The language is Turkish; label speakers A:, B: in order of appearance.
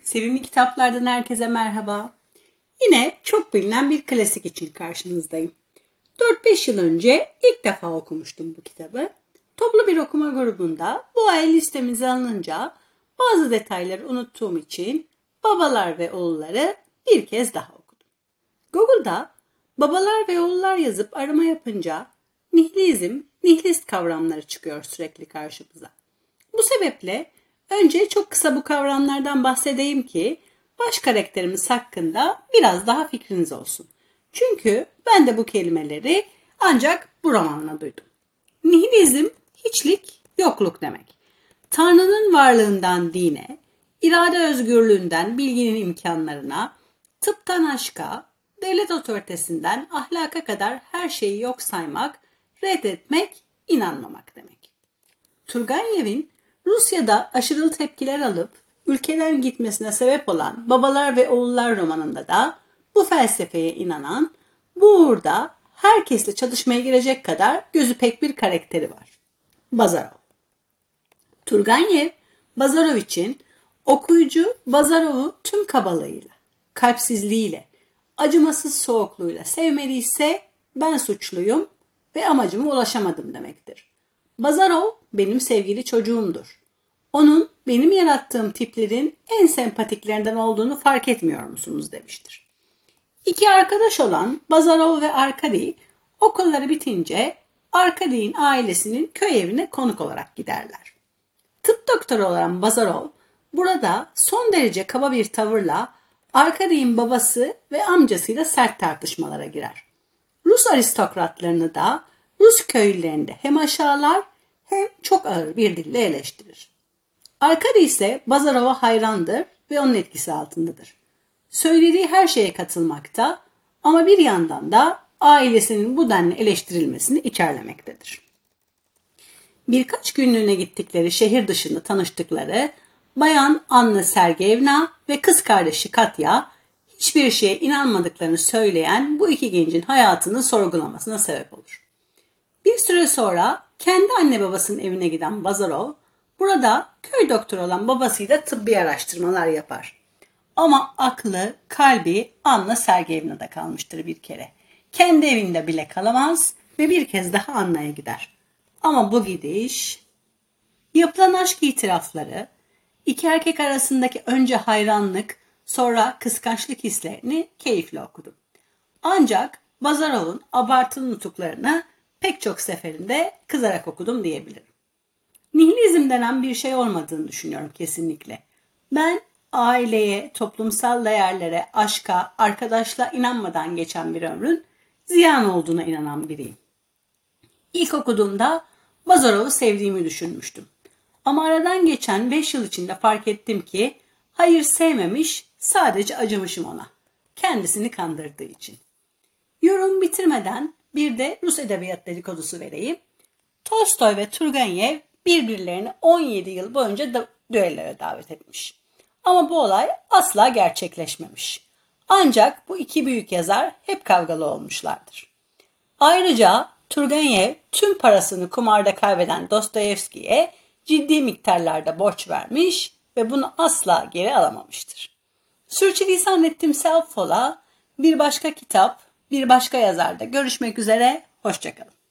A: Sevimli kitaplardan herkese merhaba. Yine çok bilinen bir klasik için karşınızdayım. 4-5 yıl önce ilk defa okumuştum bu kitabı. Toplu bir okuma grubunda bu ay listemize alınınca bazı detayları unuttuğum için Babalar ve Oğulları bir kez daha okudum. Google'da Babalar ve Oğullar yazıp arama yapınca nihilizm, nihilist kavramları çıkıyor sürekli karşımıza. Bu sebeple önce çok kısa bu kavramlardan bahsedeyim ki baş karakterimiz hakkında biraz daha fikriniz olsun. Çünkü ben de bu kelimeleri ancak bu romanla duydum. Nihilizm, hiçlik, yokluk demek. Tanrı'nın varlığından dine, irade özgürlüğünden bilginin imkanlarına, tıptan aşka, devlet otoritesinden ahlaka kadar her şeyi yok saymak, reddetmek, inanmamak demek. Turgenev'in Rusya'da aşırı tepkiler alıp ülkeden gitmesine sebep olan Babalar ve Oğullar romanında da bu felsefeye inanan, bu uğurda herkesle çatışmaya girecek kadar gözü pek bir karakteri var. Bazarov. Turgenev, Bazarov için okuyucu Bazarov'u tüm kabalığıyla, kalpsizliğiyle, acımasız soğukluğuyla sevmeliyse ben suçluyum ve amacıma ulaşamadım demektir. Bazarov benim sevgili çocuğumdur. Onun benim yarattığım tiplerin en sempatiklerinden olduğunu fark etmiyor musunuz demiştir. İki arkadaş olan Bazarov ve Arkady okulları bitince Arkady'nin ailesinin köy evine konuk olarak giderler. Tıp doktoru olan Bazarov burada son derece kaba bir tavırla Arkady'nin babası ve amcasıyla sert tartışmalara girer. Rus aristokratlarını da Rus köylülerinde hem aşağılar hem çok ağır bir dille eleştirir. Arkady ise Bazarov'a hayrandır ve onun etkisi altındadır. Söylediği her şeye katılmakta ama bir yandan da ailesinin bu denli eleştirilmesini içerlemektedir. Birkaç günlüğüne gittikleri şehir dışında tanıştıkları Bayan Anna Sergeyevna ve kız kardeşi Katya hiçbir şeye inanmadıklarını söyleyen bu iki gencin hayatını sorgulamasına sebep olur. Bir süre sonra kendi anne babasının evine giden Bazarov, burada köy doktoru olan babasıyla tıbbi araştırmalar yapar. Ama aklı, kalbi Anna Sergeyevna'da kalmıştır bir kere. Kendi evinde bile kalamaz ve bir kez daha Anna'ya gider. Ama bu gidiş, yapılan aşk itirafları, iki erkek arasındaki önce hayranlık, sonra kıskançlık hislerini keyifle okudum. Ancak Bazarov'un abartılı nutuklarını pek çok seferinde kızarak okudum diyebilirim. Nihilizm denen bir şey olmadığını düşünüyorum kesinlikle. Ben aileye, toplumsal değerlere, aşka, arkadaşla inanmadan geçen bir ömrün ziyan olduğuna inanan biriyim. İlk okuduğumda Bazarov'u sevdiğimi düşünmüştüm. Ama aradan geçen 5 yıl içinde fark ettim ki hayır sevmemiş, sadece acımışım ona. Kendisini kandırdığı için. Yorum bitirmeden bir de Rus edebiyat dedikodusu vereyim. Tolstoy ve Turgenev birbirlerini 17 yıl boyunca düelloya davet etmiş. Ama bu olay asla gerçekleşmemiş. Ancak bu iki büyük yazar hep kavgalı olmuşlardır. Ayrıca Turgenev tüm parasını kumarda kaybeden Dostoyevski'ye ciddi miktarlarda borç vermiş ve bunu asla geri alamamıştır. Sürçülisan ettim Self-Fola bir başka kitap, bir başka yazarda görüşmek üzere, hoşça kalın.